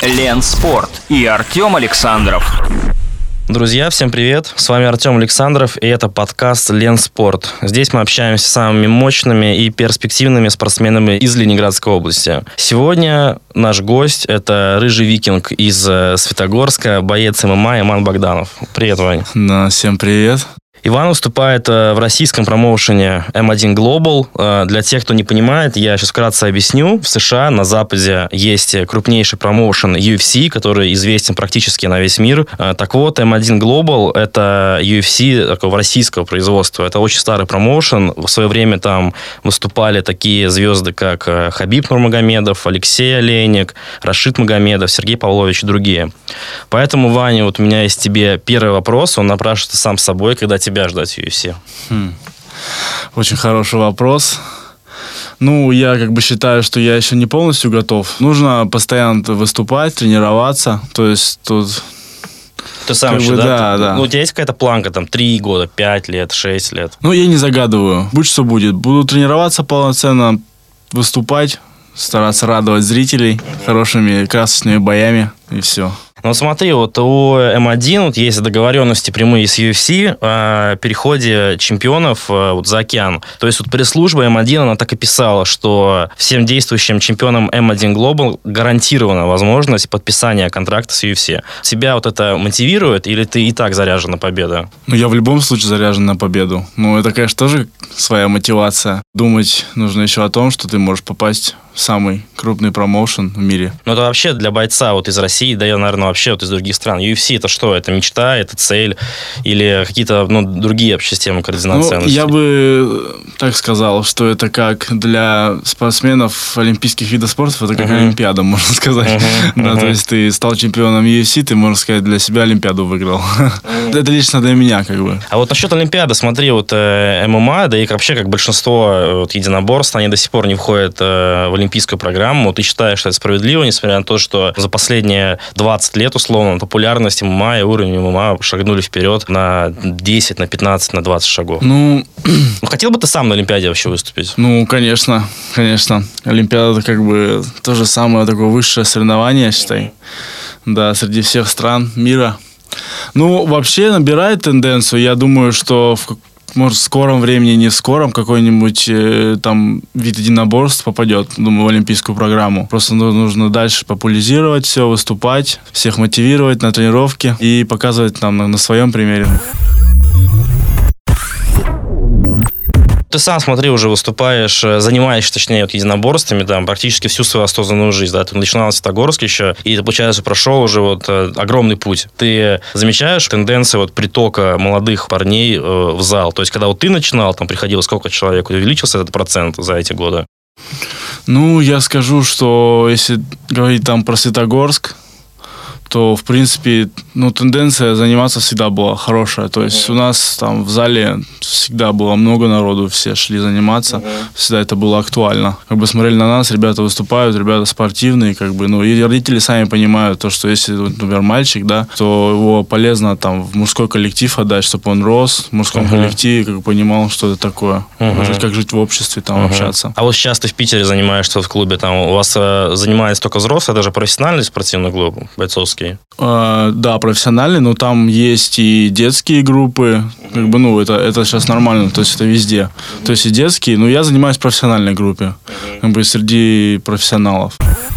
Лен Спорт и Артем Александров. Друзья, всем привет! С вами Артем Александров, и это подкаст «Лен Спорт». Здесь мы общаемся с самыми мощными и перспективными спортсменами из Ленинградской области. Сегодня наш гость – это рыжий викинг из Светогорска, боец ММА Иван Богданов. Привет, Вань. Да, всем привет. Иван выступает в российском промоушене M1 Global. Для тех, кто не понимает, я сейчас вкратце объясню. В США, на Западе, есть крупнейший промоушен UFC, который известен практически на весь мир. Так вот, M1 Global – это UFC такого российского производства. Это очень старый промоушен. В свое время там выступали такие звезды, как Хабиб Нурмагомедов, Алексей Олейник, Рашид Магомедов, Сергей Павлович и другие. Поэтому, Ваня, вот у меня есть тебе первый вопрос. Он напрашивается сам собой, когда тебя ждать UFC? Очень хороший вопрос. Я считаю, что я еще не полностью готов. Нужно постоянно выступать, тренироваться. То есть тут... Ты сам еще, да? У тебя есть какая-то планка, 3 года, 5 лет, 6 лет? Я не загадываю. Будь что будет. Буду тренироваться полноценно, выступать, стараться радовать зрителей хорошими, красочными боями, и все. Смотри, у М1 есть договоренности прямые с UFC о переходе чемпионов за океан. То есть пресс-служба М1, она так и писала, что всем действующим чемпионам M1 Global гарантирована возможность подписания контракта с UFC. Тебя это мотивирует или ты и так заряжен на победу? Я в любом случае заряжен на победу. Это, конечно, тоже своя мотивация. Думать нужно еще о том, что ты можешь попасть в самый крупный промоушен в мире. Это вообще для бойца из России, да и, наверное, вообще из других стран. UFC это что? Это мечта, это цель? Или какие-то другие вообще системы координации ценностей? Я бы так сказал, что это как для спортсменов олимпийских видов спорта, это как Олимпиада, можно сказать. То есть ты стал чемпионом UFC, ты, можно сказать, для себя Олимпиаду выиграл. Это лично для меня А насчет Олимпиады, смотри, ММА, да и вообще как большинство единоборств, они до сих пор не входят в олимпийскую программу. Ты считаешь, что это справедливо, несмотря на то, что за последние 20 лет, условно, популярность ММА и уровень ММА шагнули вперед на 10, на 15, на 20 шагов? Хотел бы ты сам на Олимпиаде вообще выступить? Конечно. Олимпиада это то же самое такое высшее соревнование, я считаю. Да, среди всех стран мира. Вообще набирает тенденцию. Я думаю, что в скором времени, не в скором, какой-нибудь вид единоборств попадет, в олимпийскую программу. Просто нужно дальше популяризировать все, выступать, всех мотивировать на тренировки и показывать на своем примере. Ты сам, смотри, уже выступаешь, занимаешься, точнее, единоборствами, практически всю свою осознанную жизнь, да, ты начинал в Светогорске еще, и ты, получается, прошел уже огромный путь. Ты замечаешь тенденции притока молодых парней в зал? То есть, когда ты начинал, приходило сколько человек, увеличился этот процент за эти годы? Я скажу, что если говорить про Светогорск, то, в принципе, тенденция заниматься всегда была хорошая. То есть у нас в зале всегда было много народу, все шли заниматься, всегда это было актуально. Смотрели на нас, ребята выступают, ребята спортивные, и родители сами понимают, то, что если, например, мальчик, да, то его полезно в мужской коллектив отдать, чтобы он рос в мужском коллективе, понимал, что это такое, как жить в обществе, общаться. А сейчас ты в Питере занимаешься в клубе, у вас занимается только взрослые, даже профессиональный спортивный клуб, бойцовский? Да, профессиональный, но там есть и детские группы, это сейчас нормально, то есть это везде. То есть и детские, но я занимаюсь в профессиональной группе, среди профессионалов.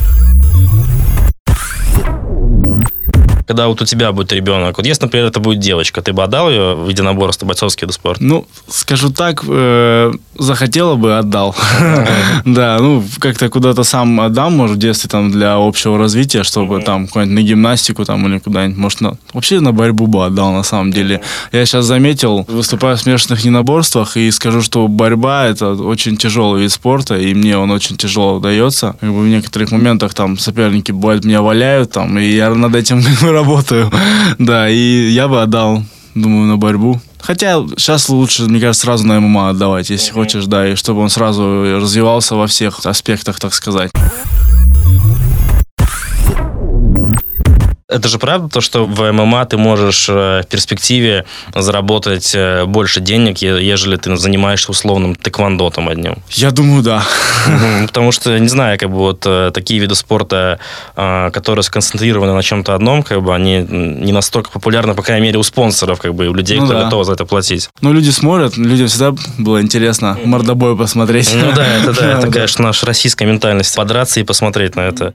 Когда у тебя будет ребенок, если, например, это будет девочка, ты бы отдал ее в единоборство, бойцовский вид спорта? Скажу так, захотела бы, отдал. Да, как-то куда-то сам отдам, может, в детстве для общего развития, чтобы куда-нибудь на гимнастику или куда-нибудь, может, вообще на борьбу бы отдал, на самом деле. Я сейчас заметил, выступаю в смешанных единоборствах, и скажу, что борьба – это очень тяжелый вид спорта, и мне он очень тяжело дается. В некоторых моментах соперники, бывает, меня валяют, и я над этим работаю. Да, и я бы отдал, думаю, на борьбу. Хотя сейчас лучше, мне кажется, сразу на ММА отдавать, если хочешь, да, и чтобы он сразу развивался во всех аспектах, так сказать. Это же правда то, что в ММА ты можешь в перспективе заработать больше денег, ежели ты занимаешься условным тэквондо там одним? Я думаю, да. Потому что, не знаю, как бы вот такие виды спорта, которые сконцентрированы на чем-то одном, как бы они не настолько популярны, по крайней мере, у спонсоров, как бы, и у людей, кто готов за это платить. Ну, люди смотрят, людям всегда было интересно мордобой посмотреть. Ну да, это, конечно, наша российская ментальность. Подраться и посмотреть на это.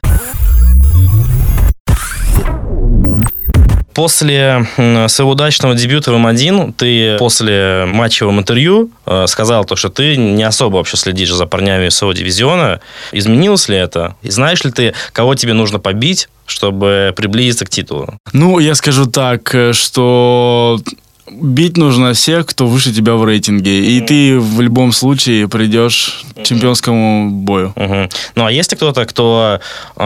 После своего удачного дебюта в М1 ты после матчевого интервью сказал то, что ты не особо вообще следишь за парнями своего дивизиона. Изменилось ли это? И знаешь ли ты, кого тебе нужно побить, чтобы приблизиться к титулу? Ну, я скажу так, что бить нужно всех, кто выше тебя в рейтинге. И ты в любом случае придешь к чемпионскому бою. Ну, а есть ли кто-то, кто,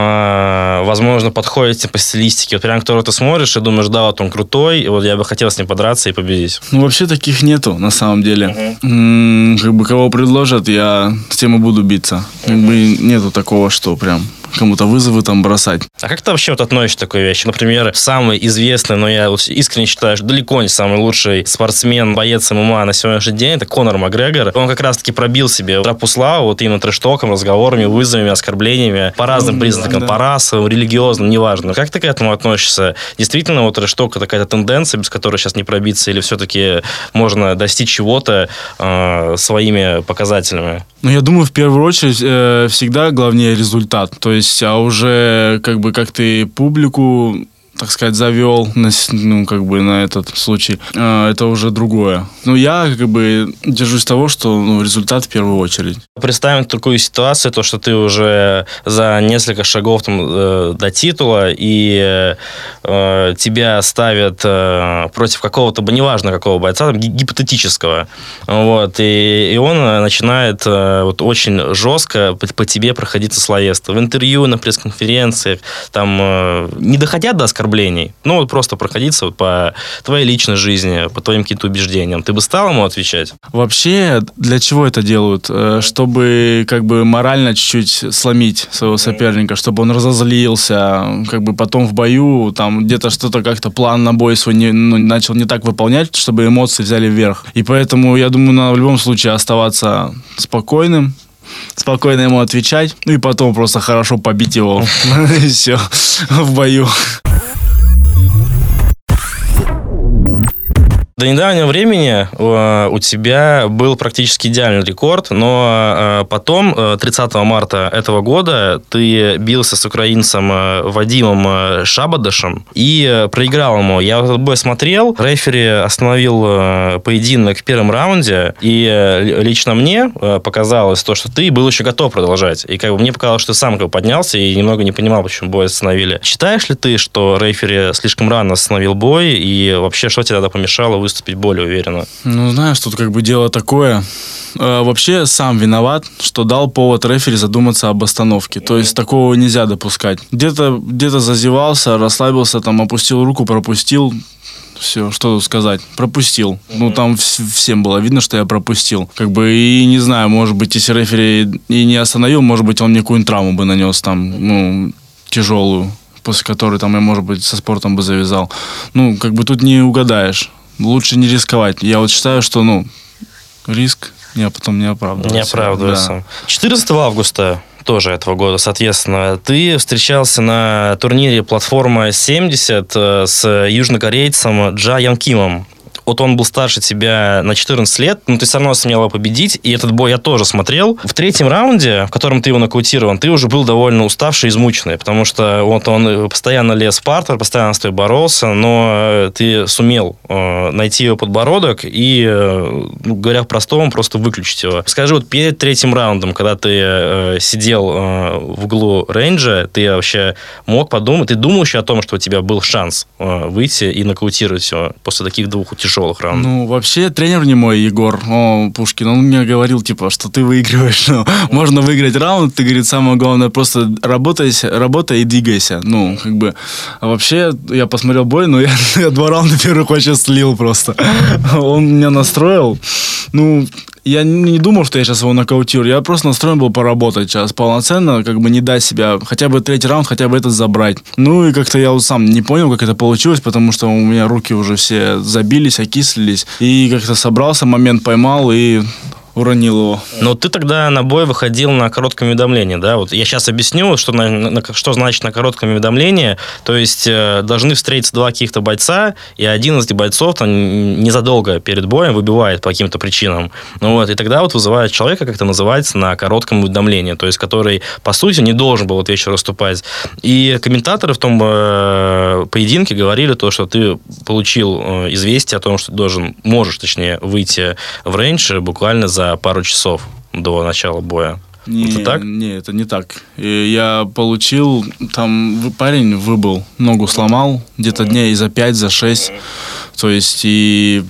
возможно, подходит по стилистике? Вот прям которого ты смотришь и думаешь, да, вот он крутой, и вот я бы хотел с ним подраться и победить. Ну, вообще таких нету, на самом деле. Как бы кого предложат, я с тем и буду биться. Как бы нету такого, что прям кому-то вызовы там бросать. А как ты вообще вот относишься к такой вещи? Например, самый известный, но я вот искренне считаю, что далеко не самый лучший спортсмен, боец ММА на сегодняшний день, это Конор Макгрегор. Он как раз-таки пробил себе тропу славы вот именно трэш-током, разговорами, вызовами, оскорблениями по разным признакам, по расовым, религиозным, неважно. Как ты к этому относишься? Действительно, вот трэш-ток это какая-то тенденция, без которой сейчас не пробиться, или все-таки можно достичь чего-то своими показателями? Ну, я думаю, в первую очередь всегда главнее результат. То есть, а уже как ты публику, так сказать, завел на этот случай, это уже другое. Но я держусь того, что результат в первую очередь. Представим такую ситуацию, то, что ты уже за несколько шагов до титула, и тебя ставят против какого-то, неважно какого бойца, гипотетического. Вот, и он начинает очень жестко по тебе проходиться словесно. В интервью, на пресс-конференциях, там, не доходя до оскорблений, просто проходиться по твоей личной жизни, по твоим каким-то убеждениям. Ты бы стал ему отвечать? Вообще, для чего это делают? Чтобы морально чуть-чуть сломить своего соперника, чтобы он разозлился, потом в бою там где-то что-то как-то план на бой свой начал не так выполнять, чтобы эмоции взяли вверх. И поэтому, я думаю, надо в любом случае оставаться спокойным, спокойно ему отвечать, и потом просто хорошо побить его. И все, в бою. До недавнего времени у тебя был практически идеальный рекорд, но потом, 30 марта этого года, ты бился с украинцем Вадимом Шабадашем и проиграл ему. Я этот бой смотрел, рефери остановил поединок в первом раунде, и лично мне показалось то, что ты был еще готов продолжать. И мне показалось, что ты сам поднялся и немного не понимал, почему бой остановили. Считаешь ли ты, что рефери слишком рано остановил бой, и вообще, что тебе тогда помешало выступить более уверенно? Ну, знаешь, тут дело такое. Вообще сам виноват, что дал повод рефери задуматься об остановке. То есть такого нельзя допускать. Где-то зазевался, расслабился, там опустил руку, пропустил. Все, что тут сказать. Пропустил. Там всем было видно, что я пропустил. И не знаю, может быть, если рефери и не остановил, может быть, он мне какую-нибудь травму бы нанес там, тяжелую, после которой там я, может быть, со спортом бы завязал. Тут не угадаешь. Лучше не рисковать. Я считаю, что, риск потом не оправдывается. Не оправдывается. Да. 14 августа тоже этого года, соответственно, ты встречался на турнире «Платформа 70» с южнокорейцем Джа Ян Кимом. Вот он был старше тебя на 14 лет, но ты все равно сумел его победить, и этот бой я тоже смотрел. В третьем раунде, в котором ты его нокаутировал, ты уже был довольно уставший и измученный, потому что он постоянно лез в партер, постоянно с тобой боролся, но ты сумел найти его подбородок и, говоря по-простому, просто выключить его. Скажи, перед третьим раундом, когда ты сидел в углу рейнджа, ты вообще мог подумать, ты думал еще о том, что у тебя был шанс выйти и нокаутировать его после таких двух тяжелых раундов? Вообще, тренер не мой, Егор Пушкин, он мне говорил, что ты выигрываешь. Можно выиграть раунд, ты, говорит, самое главное, просто работай и двигайся. А вообще, я посмотрел бой, но я 2 раунда первых вообще слил просто. Он меня настроил. Ну, я не думал, что я сейчас его нокаутирую. Я просто настроен был поработать сейчас полноценно, как бы не дать себя, хотя бы третий раунд, хотя бы этот забрать. Ну, и как-то я вот сам не понял, как это получилось, потому что у меня руки уже все забились, окислились. И как-то собрался, момент поймал и уронил его. Но ты тогда на бой выходил на коротком уведомлении, да? Вот я сейчас объясню, что значит на коротком уведомлении. То есть должны встретиться два каких-то бойца, и один из этих бойцов там незадолго перед боем выбивает по каким-то причинам. Ну вот, и тогда вот вызывает человека, как это называется, на коротком уведомлении, то есть который, по сути, не должен был вот вечером выступать. И комментаторы в том поединке говорили то, что ты получил известие о том, что ты можешь выйти в рейндж буквально за пару часов до начала боя. Это так? Не, это не так. Я получил, там парень выбыл, ногу сломал, где-то дней за 5, за 6. То есть, и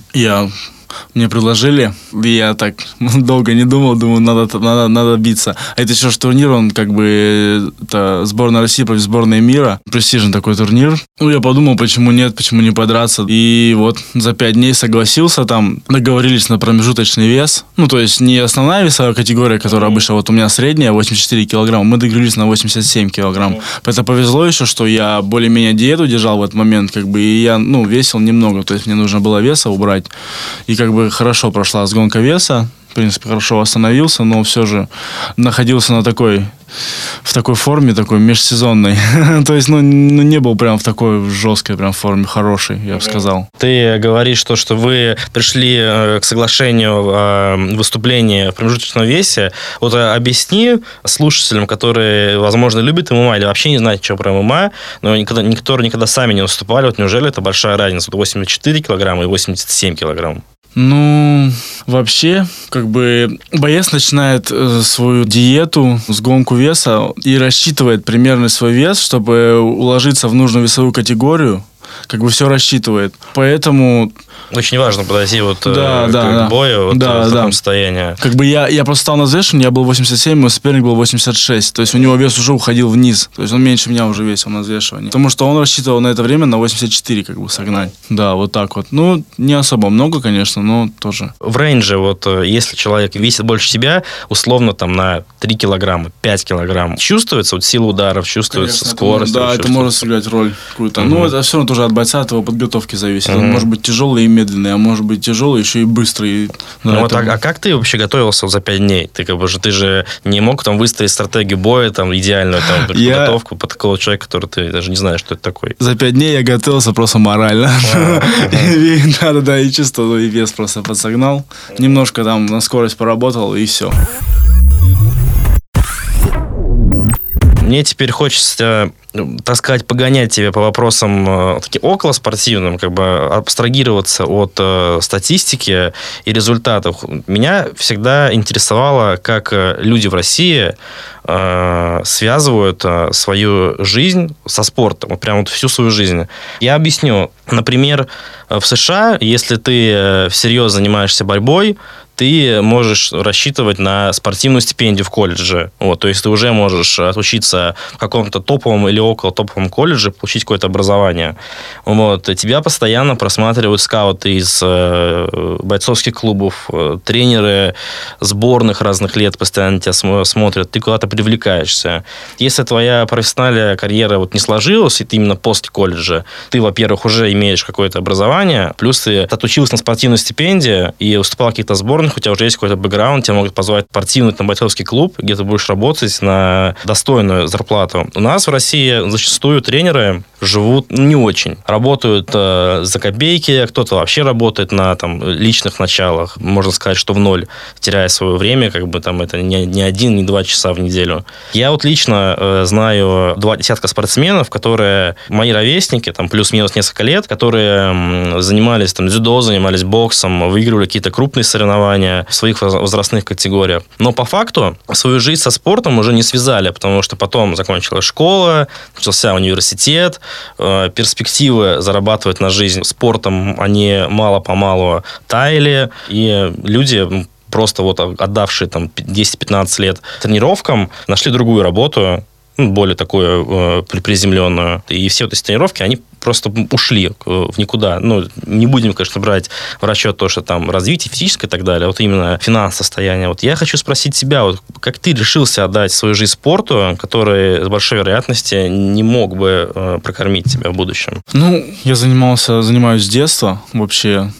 мне предложили, и я так долго не думал, думаю, надо биться. А это еще ж турнир, он как бы, это сборная России против сборной мира, престижный такой турнир. Ну, я подумал, почему нет, почему не подраться. И вот за 5 дней согласился, там договорились на промежуточный вес. Ну, то есть не основная весовая категория, которая обычно, вот у меня средняя, 84 килограмма, мы договорились на 87 килограмм. Это повезло еще, что я более-менее диету держал в этот момент, как бы, и я, весил немного, то есть мне нужно было веса убрать. И как бы хорошо прошла сгонка веса, в принципе, хорошо восстановился, но все же находился в такой форме, такой межсезонной. То есть, не был прям в такой жесткой прям форме, хорошей, я бы сказал. Ты говоришь, что вы пришли к соглашению о выступлении в промежуточном весе. Вот объясни слушателям, которые, возможно, любят ММА или вообще не знают, что про ММА, но которые никогда сами не выступали, вот неужели это большая разница? 84 килограмма и 87 килограмм. Ну, вообще, как бы боец начинает свою диету, сгонку веса и рассчитывает примерно свой вес, чтобы уложиться в нужную весовую категорию. Как бы все рассчитывает. Поэтому... Очень важно подойти к бою в таком состоянии. Как бы я просто стал на взвешивание, я был 87, мой соперник был 86. То есть у него вес уже уходил вниз. То есть он меньше меня уже весил на взвешивании. Потому что он рассчитывал на это время на 84 как бы согнать. Да, вот так вот. Ну, не особо много, конечно, но тоже. В рейнже, вот если человек весит больше себя, условно там на 3 килограмма, 5 килограмм, чувствуется вот сила ударов, чувствуется конечно, скорость? Это может сыграть роль какую-то. Но это все равно тоже от бойца, от его подготовки зависит. Он может быть тяжелый и медленный, а может быть тяжелый, еще и быстрый. А как ты вообще готовился за 5 дней? Ты же не мог там выстроить стратегию боя, там, идеальную там, подготовку под такого человека, который ты даже не знаешь, что это такой. За 5 дней я готовился просто морально. Да, и чувствовал, и вес просто подсогнал. Немножко там на скорость поработал, и все. Мне теперь хочется, так сказать, погонять тебя по вопросам таким околоспортивным, как бы абстрагироваться от статистики и результатов. Меня всегда интересовало, как люди в России связывают свою жизнь со спортом, вот прям вот всю свою жизнь. Я объясню. Например, в США, если ты всерьез занимаешься борьбой, ты можешь рассчитывать на спортивную стипендию в колледже. Вот, то есть ты уже можешь отучиться в каком-то топовом или около топовом колледже, получить какое-то образование. Вот. Тебя постоянно просматривают скауты из бойцовских клубов, тренеры сборных разных лет постоянно тебя смотрят, ты куда-то привлекаешься. Если твоя профессиональная карьера вот не сложилась, и ты именно после колледжа, ты, во-первых, уже имеешь какое-то образование, плюс ты отучился на спортивную стипендию и выступал в каких-то сборных, у тебя уже есть какой-то бэкграунд, тебя могут позвать в спортивный бойцовский клуб, где ты будешь работать на достойную зарплату. У нас в России зачастую тренеры живут не очень. Работают за копейки, кто-то вообще работает на личных началах, можно сказать, что в ноль, теряя свое время, как бы там это не 1, не 2 часа в неделю. Я вот лично знаю 2 десятка спортсменов, которые мои ровесники, плюс-минус несколько лет, которые занимались дзюдо, занимались боксом, выигрывали какие-то крупные соревнования в своих возрастных категориях. Но по факту свою жизнь со спортом уже не связали, потому что потом закончилась школа, начался университет, перспективы зарабатывать на жизнь спортом, они мало-помалу таяли, и люди, просто вот отдавшие 10-15 лет тренировкам, нашли другую работу, более такую приземленную. И все вот эти тренировки, они просто ушли в никуда. Ну, не будем, конечно, брать в расчет то, что там развитие физическое и так далее, вот именно финансовое состояние. Вот я хочу спросить тебя, вот как ты решился отдать свою жизнь спорту, который с большой вероятностью не мог бы прокормить тебя в будущем? Ну, я занимаюсь с детства вообще,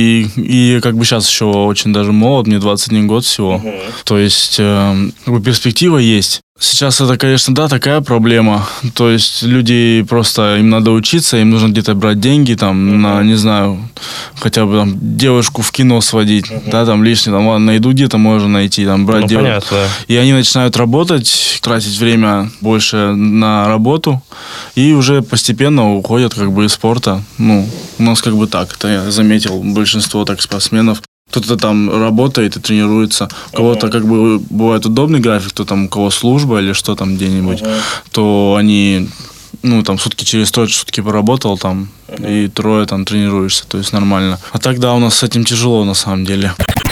и как бы сейчас еще очень даже молод, мне 21 год всего. То есть, как бы перспектива есть. Сейчас это, конечно, да, такая проблема. То есть люди просто, им надо учиться, им нужно где-то брать деньги, там, на, не знаю, хотя бы там девушку в кино сводить, да, там лишнее, там, ладно, найду где-то, можно найти, там, брать девушку. Понятно. И они начинают работать, тратить время больше на работу, и уже постепенно уходят как бы из спорта. Ну, у нас как бы так, это я заметил, большинство так спортсменов. Кто-то там работает и тренируется. У кого-то как бы бывает удобный график, кто там, у кого служба или что там где-нибудь, то они, ну, там сутки через сутки поработал там, и трое там тренируешься, то есть нормально. А так, да, у нас с этим тяжело на самом деле.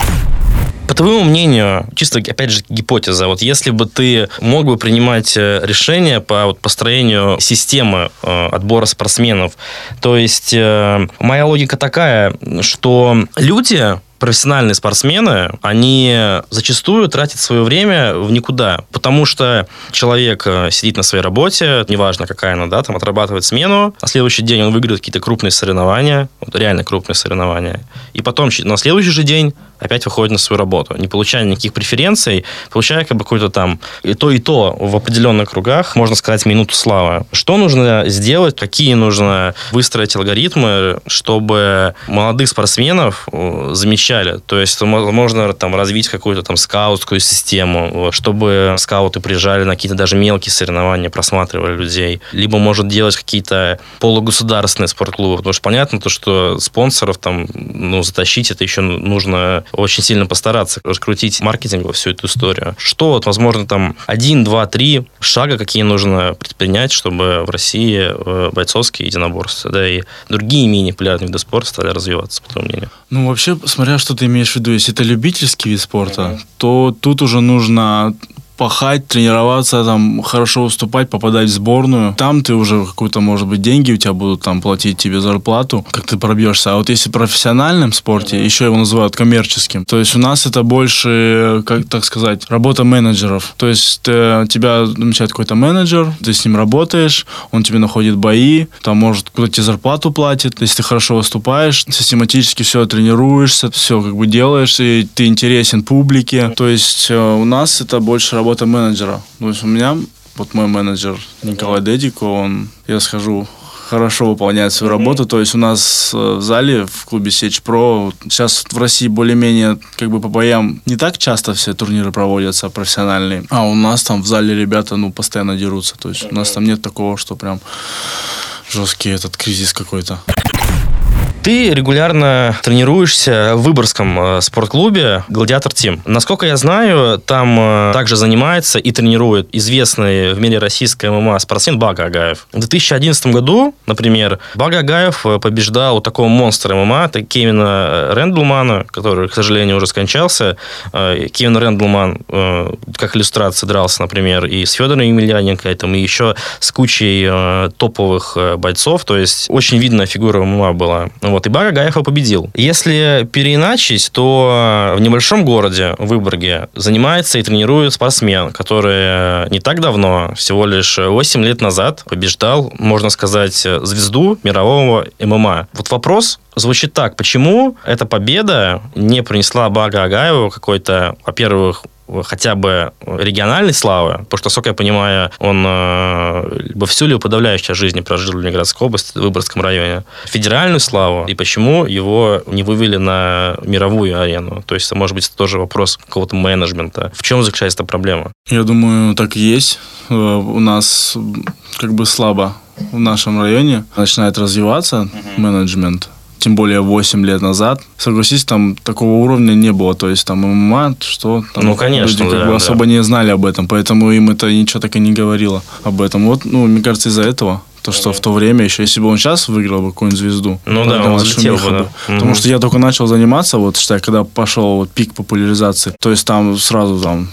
По твоему мнению, чисто, опять же, гипотеза, вот если бы ты мог бы принимать решения по вот построению системы отбора спортсменов, то есть моя логика такая, что люди, профессиональные спортсмены, они зачастую тратят свое время в никуда, потому что человек сидит на своей работе, неважно какая она, да, там отрабатывает смену, на следующий день он выиграет какие-то крупные соревнования, вот реально крупные соревнования, и потом на следующий же день опять выходит на свою работу, не получая никаких преференций, получая как бы какой-то там и то в определенных кругах, можно сказать, минуту славы. Что нужно сделать, какие нужно выстроить алгоритмы, чтобы молодых спортсменов замечали? То есть можно там развить какую-то там скаутскую систему, чтобы скауты приезжали на какие-то даже мелкие соревнования, просматривали людей. Либо может делать какие-то полугосударственные спортклубы, потому что понятно то, что спонсоров там, ну, затащить, это еще нужно очень сильно постараться, раскрутить маркетингово всю эту историю. Что вот, возможно, там 1, 2, 3 шага, какие нужно предпринять, чтобы в России бойцовские единоборства, да, и другие менее популярные виды спорта стали развиваться, по твоему мнению? Ну, вообще, смотря что ты имеешь в виду, если это любительский вид спорта, то тут уже нужно пахать, тренироваться, там, хорошо выступать, попадать в сборную. Там ты уже какую-то, может быть, деньги у тебя будут там платить тебе зарплату, как ты пробьешься. А вот если в профессиональном спорте, еще его называют коммерческим, то есть у нас это больше, как так сказать, работа менеджеров. То есть тебя замечает какой-то менеджер, ты с ним работаешь, он тебе находит бои, там, может, куда-то тебе зарплату платит, если ты хорошо выступаешь, систематически все тренируешься, все как бы делаешь, и ты интересен публике. То есть у нас это больше работа менеджера. То есть у меня, вот мой менеджер Николай Дедико, он, я скажу, хорошо выполняет свою работу. То есть у нас в зале, в клубе Сечь Про, сейчас в России более-менее как бы по боям не так часто все турниры проводятся профессиональные, а у нас там в зале ребята, ну, постоянно дерутся. То есть у нас там нет такого, что прям жесткий этот кризис какой-то. Ты регулярно тренируешься в Выборгском спортклубе «Гладиатор Тим». Насколько я знаю, там также занимается и тренирует известный в мире российской ММА спортсмен Бага Агаев. В 2011 году, например, Бага Агаев побеждал у такого монстра ММА, это Кевина Рендлмана, который, к сожалению, уже скончался. Кевин Рендлман, как иллюстрация, дрался, например, и с Федором Емельяненко, и еще с кучей топовых бойцов. То есть очень видная фигура ММА была. Вот, и Бага Агаев победил. Если переиначить, то в небольшом городе, в Выборге, занимается и тренирует спортсмен, который не так давно, всего лишь 8 лет назад, побеждал, можно сказать, звезду мирового ММА. Вот вопрос звучит так: почему эта победа не принесла Бага Агаеву какой-то, во-первых, хотя бы региональной славы, потому что, насколько я понимаю, он всю ли подавляющую жизнь прожил в Ленинградской области, в Выборгском районе, федеральную славу, и почему его не вывели на мировую арену? То есть, это, может быть, это тоже вопрос какого-то менеджмента. В чем заключается эта проблема? Я думаю, так и есть. У нас как бы слабо в нашем районе начинает развиваться менеджмент. Тем более 8 лет назад. Согласись, там такого уровня не было. То есть там ММА, что там, ну, конечно, люди как бы особо не знали об этом. Поэтому им это ничего так и не говорило об этом. Вот, ну, мне кажется, из-за этого. То, что в то время еще, если бы он сейчас выиграл бы какую-нибудь звезду. Ну да, он взлетел бы, да. Потому что я только начал заниматься, вот, считай, когда пошел вот пик популяризации. То есть там сразу там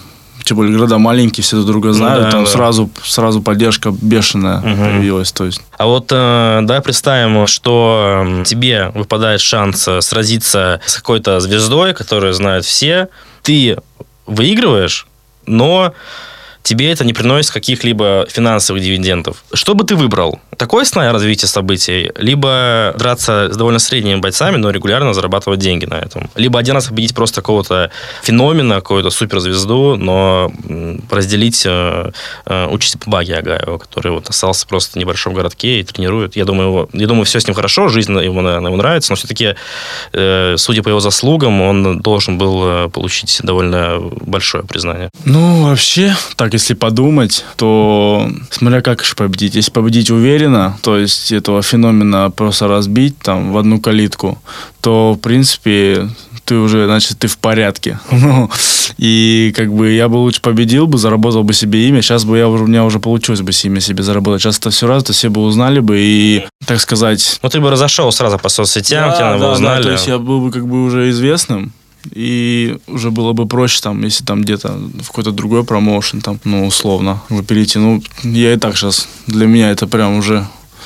тем более города маленькие, все друг друга знают, да, там да. сразу поддержка бешеная появилась. То есть. А вот давай представим, что тебе выпадает шанс сразиться с какой-то звездой, которую знают все. Ты выигрываешь, но тебе это не приносит каких-либо финансовых дивидендов. Что бы ты выбрал? Такое сценарий развития событий? Либо драться с довольно средними бойцами, но регулярно зарабатывать деньги на этом? Либо один раз победить просто какого-то феномена, какую-то суперзвезду, но разделить участь Баги Агаева, который вот остался просто в небольшом городке и тренирует. Я думаю, все с ним хорошо, жизнь ему нравится, но все-таки, судя по его заслугам, он должен был получить довольно большое признание. Ну, вообще, так, если подумать, то смотря как же победить. Если победить уверенно, то есть этого феномена просто разбить там в одну калитку, то, в принципе, ты уже, значит, ты в порядке. И как бы я бы лучше победил бы, заработал бы себе имя. Сейчас бы у меня уже получилось бы имя себе заработать. Сейчас это все развито, все бы узнали бы и, так сказать... Ну, ты бы разошел сразу по соцсетям, тебя бы узнали. Да, то есть я был бы как бы уже известным. И уже было бы проще, там, если там где-то в какой-то другой промоушен, там, ну, условно, перейти. Ну, я и так сейчас, для меня это прям уже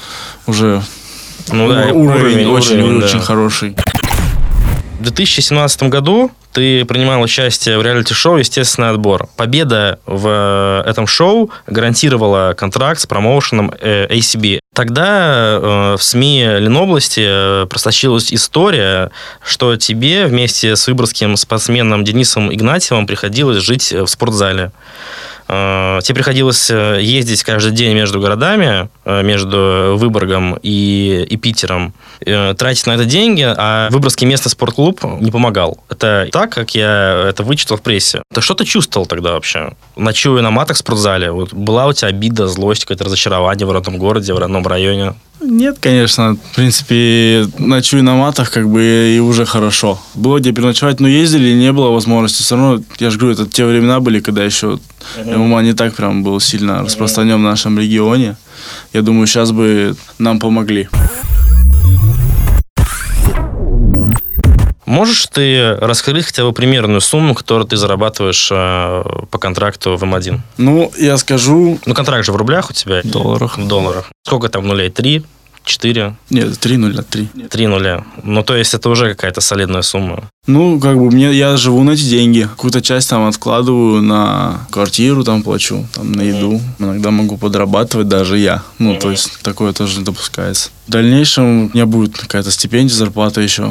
ну, да, уровень очень да. хороший. В 2017 году ты принимал участие в реалити-шоу «Естественный отбор». Победа в этом шоу гарантировала контракт с промоушеном ACB. Тогда в СМИ Ленобласти просочилась история, что тебе вместе с выборгским спортсменом Денисом Игнатьевым приходилось жить в спортзале. Тебе приходилось ездить каждый день между городами, между Выборгом и Питером, тратить на это деньги, а Выборгский местный спортклуб не помогал. Это так, как я это вычитал в прессе. Так что ты чувствовал тогда вообще? Ночуя на матах в спортзале, вот была у тебя обида, злость, какое-то разочарование в родном городе, в родном районе? Нет, конечно. В принципе, ночую на матах, как бы, и уже хорошо. Было где переночевать, но ездили, не было возможности. Все равно, я же говорю, это те времена были, когда еще ММА не так прям был сильно распространен в нашем регионе. Я думаю, сейчас бы нам помогли. Можешь ты раскрыть хотя бы примерную сумму, которую ты зарабатываешь по контракту в М1? Ну, я скажу... Ну, контракт же в рублях у тебя? В долларах. В долларах. Сколько там нулей? 3? 4? Нет, 3 нуля, 3. 3 нуля. Ну, то есть это уже какая-то солидная сумма. Ну, как бы я живу на эти деньги. Какую-то часть там откладываю на квартиру, там плачу, там на еду. Иногда могу подрабатывать даже я. Ну, то есть такое тоже допускается. В дальнейшем у меня будет какая-то стипендия, зарплата еще.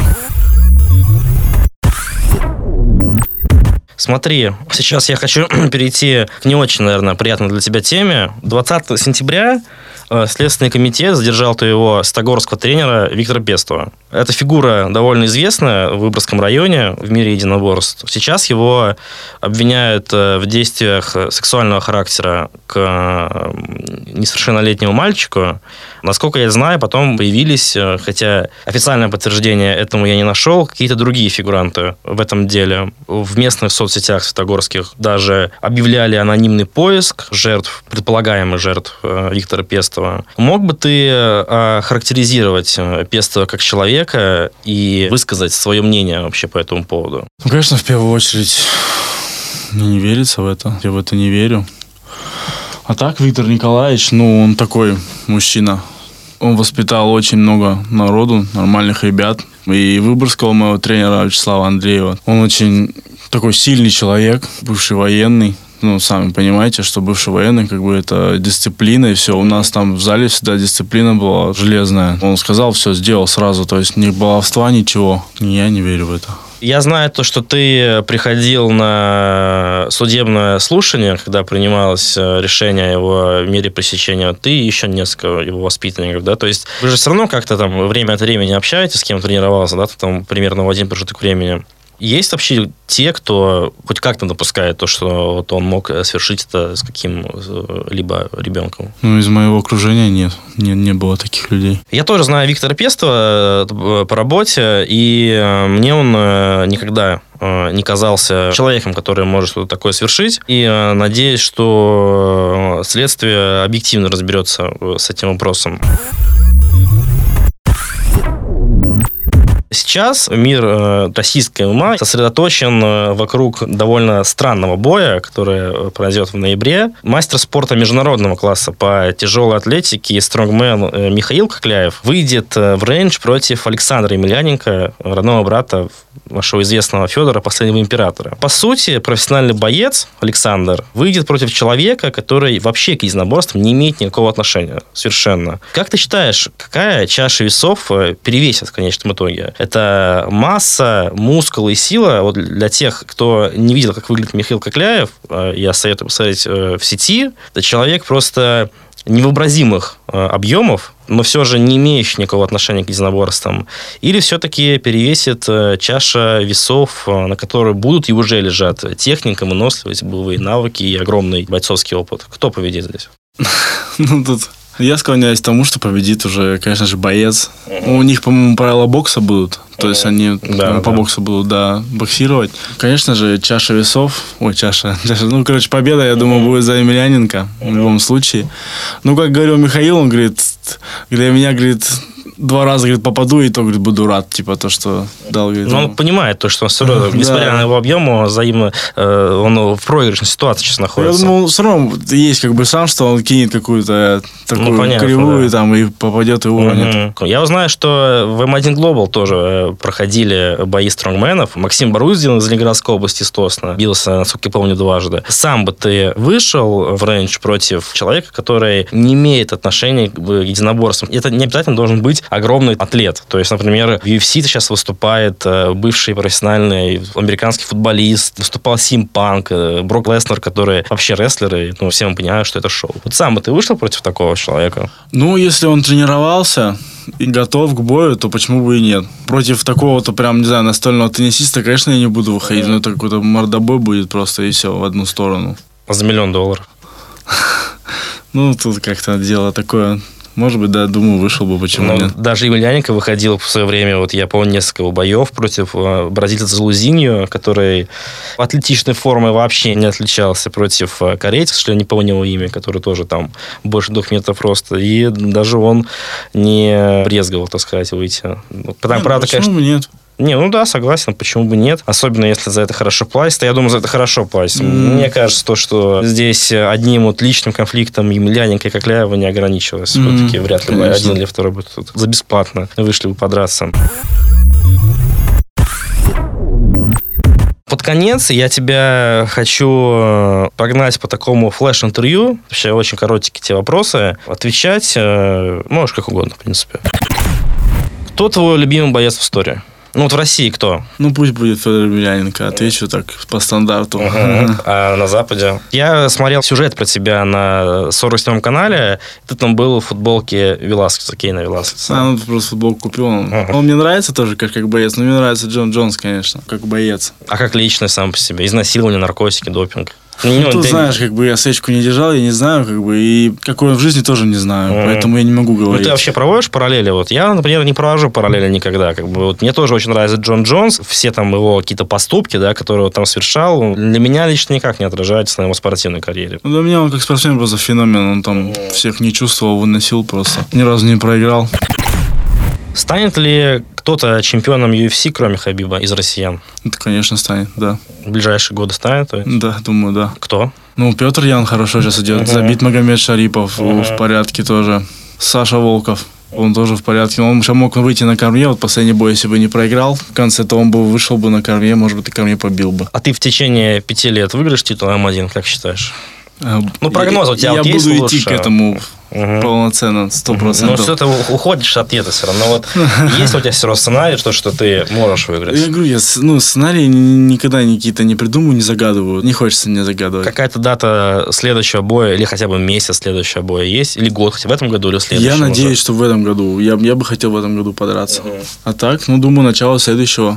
Смотри, сейчас я хочу перейти к не очень, наверное, приятной для тебя теме. 20 сентября Следственный комитет задержал твоего стогорского тренера Виктора Пестова. Эта фигура довольно известная в Выборгском районе, в мире единоборств. Сейчас его обвиняют в действиях сексуального характера к несовершеннолетнему мальчику. Насколько я знаю, потом появились, хотя официальное подтверждение этому я не нашел, какие-то другие фигуранты в этом деле. В местных соцсетях святогорских даже объявляли анонимный поиск жертв, предполагаемых жертв Виктора Пестова. Мог бы ты характеризировать Пестова как человека и высказать свое мнение вообще по этому поводу? Ну, конечно, в первую очередь мне не верится в это. Я в это не верю. А так, Виктор Николаевич, ну, он такой мужчина. Он воспитал очень много народу, нормальных ребят. И Выборгского моего тренера Вячеслава Андреева. Он очень такой сильный человек, бывший военный. Ну, сами понимаете, что бывший военный, как бы, это дисциплина, и все. У нас там в зале всегда дисциплина была железная. Он сказал, все, сделал сразу. То есть ни баловства, ничего. Я не верю в это. Я знаю то, что ты приходил на судебное слушание, когда принималось решение о его мере пресечения. Ты и еще несколько его воспитанников, да? То есть вы же все равно как-то там время от времени общаетесь, с кем тренировался, да? Там примерно в один промежуток времени. Есть вообще те, кто хоть как-то допускает то, что вот он мог совершить это с каким-либо ребенком? Ну, из моего окружения нет. Не было таких людей. Я тоже знаю Виктора Пестова по работе, и мне он никогда не казался человеком, который может что-то такое совершить. И надеюсь, что следствие объективно разберется с этим вопросом. Сейчас мир российской ММА сосредоточен вокруг довольно странного боя, который произойдет в ноябре. Мастер спорта международного класса по тяжелой атлетике стронгмен Михаил Кокляев выйдет в рейндж против Александра Емельяненко, родного брата вашего известного Федора, последнего императора. По сути, профессиональный боец Александр выйдет против человека, который вообще к единоборствам не имеет никакого отношения. Совершенно. Как ты считаешь, какая чаша весов перевесит в конечном итоге? Это масса, мускулы и сила. Вот для тех, кто не видел, как выглядит Михаил Кокляев, я советую посмотреть в сети. Это человек просто невообразимых объемов, но все же не имеющий никакого отношения к единоборствам. Или все-таки перевесит чаша весов, на которой будут и уже лежат техника, выносливость, боевые навыки и огромный бойцовский опыт? Кто победит здесь? Ну, тут я склоняюсь к тому, что победит уже, конечно же, боец. У них, по-моему, правила бокса будут. То есть они по боксу будут, боксировать. Конечно же, чаша весов. Чаша. Ну, короче, победа, я думаю, будет за Емельяненко в любом случае. Ну, как говорил Михаил, он говорит, для меня, говорит, 2 раза, говорит, попаду, и то, говорит, буду рад, типа, то, что дал, говорит. Но он понимает то, что он все равно, несмотря на его объем, взаимно он в проигрышной ситуации сейчас находится. Я думаю, все равно есть как бы шанс, что он кинет какую-то такую кривую, там, и попадет и уронит. Я узнаю, что в M1 Global тоже проходили бои стронгменов. Максим Боруздин из Ленинградской области, из Тосна, бился, насколько я помню, 2 раза. Сам бы ты вышел в рейндж против человека, который не имеет отношения к единоборствам? Это не обязательно должен быть огромный атлет. То есть, например, в UFC сейчас выступает бывший профессиональный американский футболист, выступал CM Punk, Брок Леснер, которые вообще рестлеры, все мы понимаем, что это шоу. Вот сам бы ты вышел против такого человека? Ну, если он тренировался и готов к бою, то почему бы и нет? Против такого-то прям, не знаю, настольного теннисиста, конечно, я не буду выходить, но это какой-то мордобой будет просто, и все, в одну сторону. За $1 миллион? Ну, тут как-то дело такое... Может быть, да, думаю, вышел бы, почему нет. Даже Емельяненко выходил в свое время, вот я помню, несколько боев против бразильца Лузиньо, который атлетичной формой вообще не отличался, против корейца, что я не помню его имя, который тоже там больше 2 метров роста, и даже он не брезговал, так сказать, выйти. Правда, почему конечно, нет? Не, ну да, согласен, почему бы нет. Особенно, если за это хорошо платят. Я думаю, за это хорошо платят. Мне кажется, то, что здесь одним вот личным конфликтом Емельяненко и Кокляева не ограничивалось. Все-таки вряд ли бы один или второй бы тут за бесплатно вышли бы подраться. Под конец я тебя хочу погнать по такому флеш-интервью. Вообще очень коротенькие те вопросы. Отвечать можешь как угодно, в принципе. Кто твой любимый боец в истории? Ну, вот в России кто? Ну, пусть будет Федор Емельяненко. Отвечу так, по стандарту. А на Западе? Я смотрел сюжет про тебя на 47-м канале. Ты там был в футболке Веласкеса, Кейна Веласкеса. Ну, просто футболку купил. Он мне нравится тоже как боец, но мне нравится Джон Джонс, конечно, как боец. А как личность сам по себе? Изнасилование, наркотики, допинг? Тут, знаешь, как бы я свечку не держал, я не знаю, как бы, и какой он в жизни тоже не знаю, поэтому я не могу говорить. Ну, ты вообще проводишь параллели? Вот я, например, не провожу параллели никогда. Как бы, вот мне тоже очень нравится Джон Джонс, все там его какие-то поступки, да, которые он там совершал, для меня лично никак не отражаются на его спортивной карьере. Ну, для меня он как спортсмен просто феномен, он там всех не чувствовал, выносил просто, ни разу не проиграл. Станет ли кто-то чемпионом UFC, кроме Хабиба, из россиян? Это, конечно, станет, да. В ближайшие годы станет? Да, думаю, да. Кто? Ну, Петр Ян хорошо сейчас идет. Забит Магомед Шарипов в порядке тоже. Саша Волков, он тоже в порядке. Он еще мог выйти на Кормье. Вот последний бой, если бы не проиграл, в конце, то он бы вышел бы на Кормье, может быть, и Кормье побил бы. А ты в течение 5 лет выиграешь титул М1, как считаешь? Ну, прогноз у тебя я вот есть буду лучше? идти к этому полноценно, 100%. Но все ты уходишь от ответа все равно. Вот есть у тебя все равно сценарий, что ты можешь выиграть? Я говорю, сценарии никогда какие-то не придумываю, не загадываю. Не хочется мне загадывать. Какая-то дата следующего боя или хотя бы месяц следующего боя есть? Или год? Хотя в этом году или в следующем? Я надеюсь, что в этом году. Я бы хотел в этом году подраться. А так, думаю, начало следующего.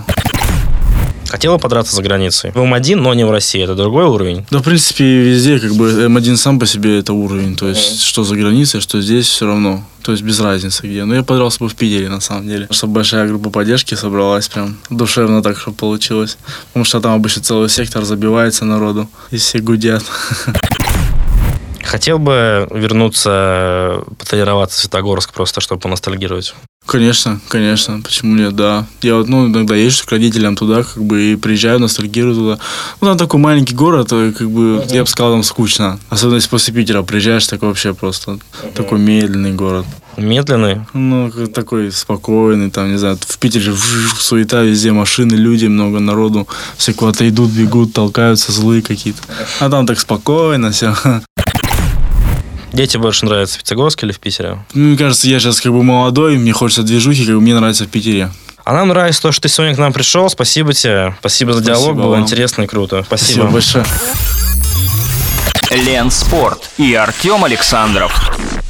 Хотела подраться за границей? В М1, но не в России. Это другой уровень? Да, в принципе, везде как бы М1 сам по себе это уровень. То есть, что за границей, что здесь, все равно. То есть, без разницы где. Но я подрался бы в Питере, на самом деле. Чтобы большая группа поддержки собралась прям душевно так, чтобы получилось. Потому что там обычно целый сектор забивается народу. И все гудят. Хотел бы вернуться, потренироваться в Светогорск, просто чтобы поностальгировать. Конечно, почему нет, да. Я вот, иногда езжу к родителям туда, как бы, и приезжаю, ностальгирую туда. Там такой маленький город, как бы, я бы сказал, там скучно. Особенно если после Питера приезжаешь, так вообще просто такой медленный город. Медленный? Такой спокойный, там, не знаю, в Питере суета, везде машины, люди, много народу, все куда-то идут, бегут, толкаются, злые какие-то. А там так спокойно все. Где тебе больше нравится, в Пятигорске или в Питере? Мне кажется, я сейчас как бы молодой, мне хочется движухи, как бы мне нравится в Питере. А нам нравится то, что ты сегодня к нам пришел. Спасибо тебе. Спасибо за диалог, было интересно и круто. Спасибо большое. Лен Спорт и Артем Александров.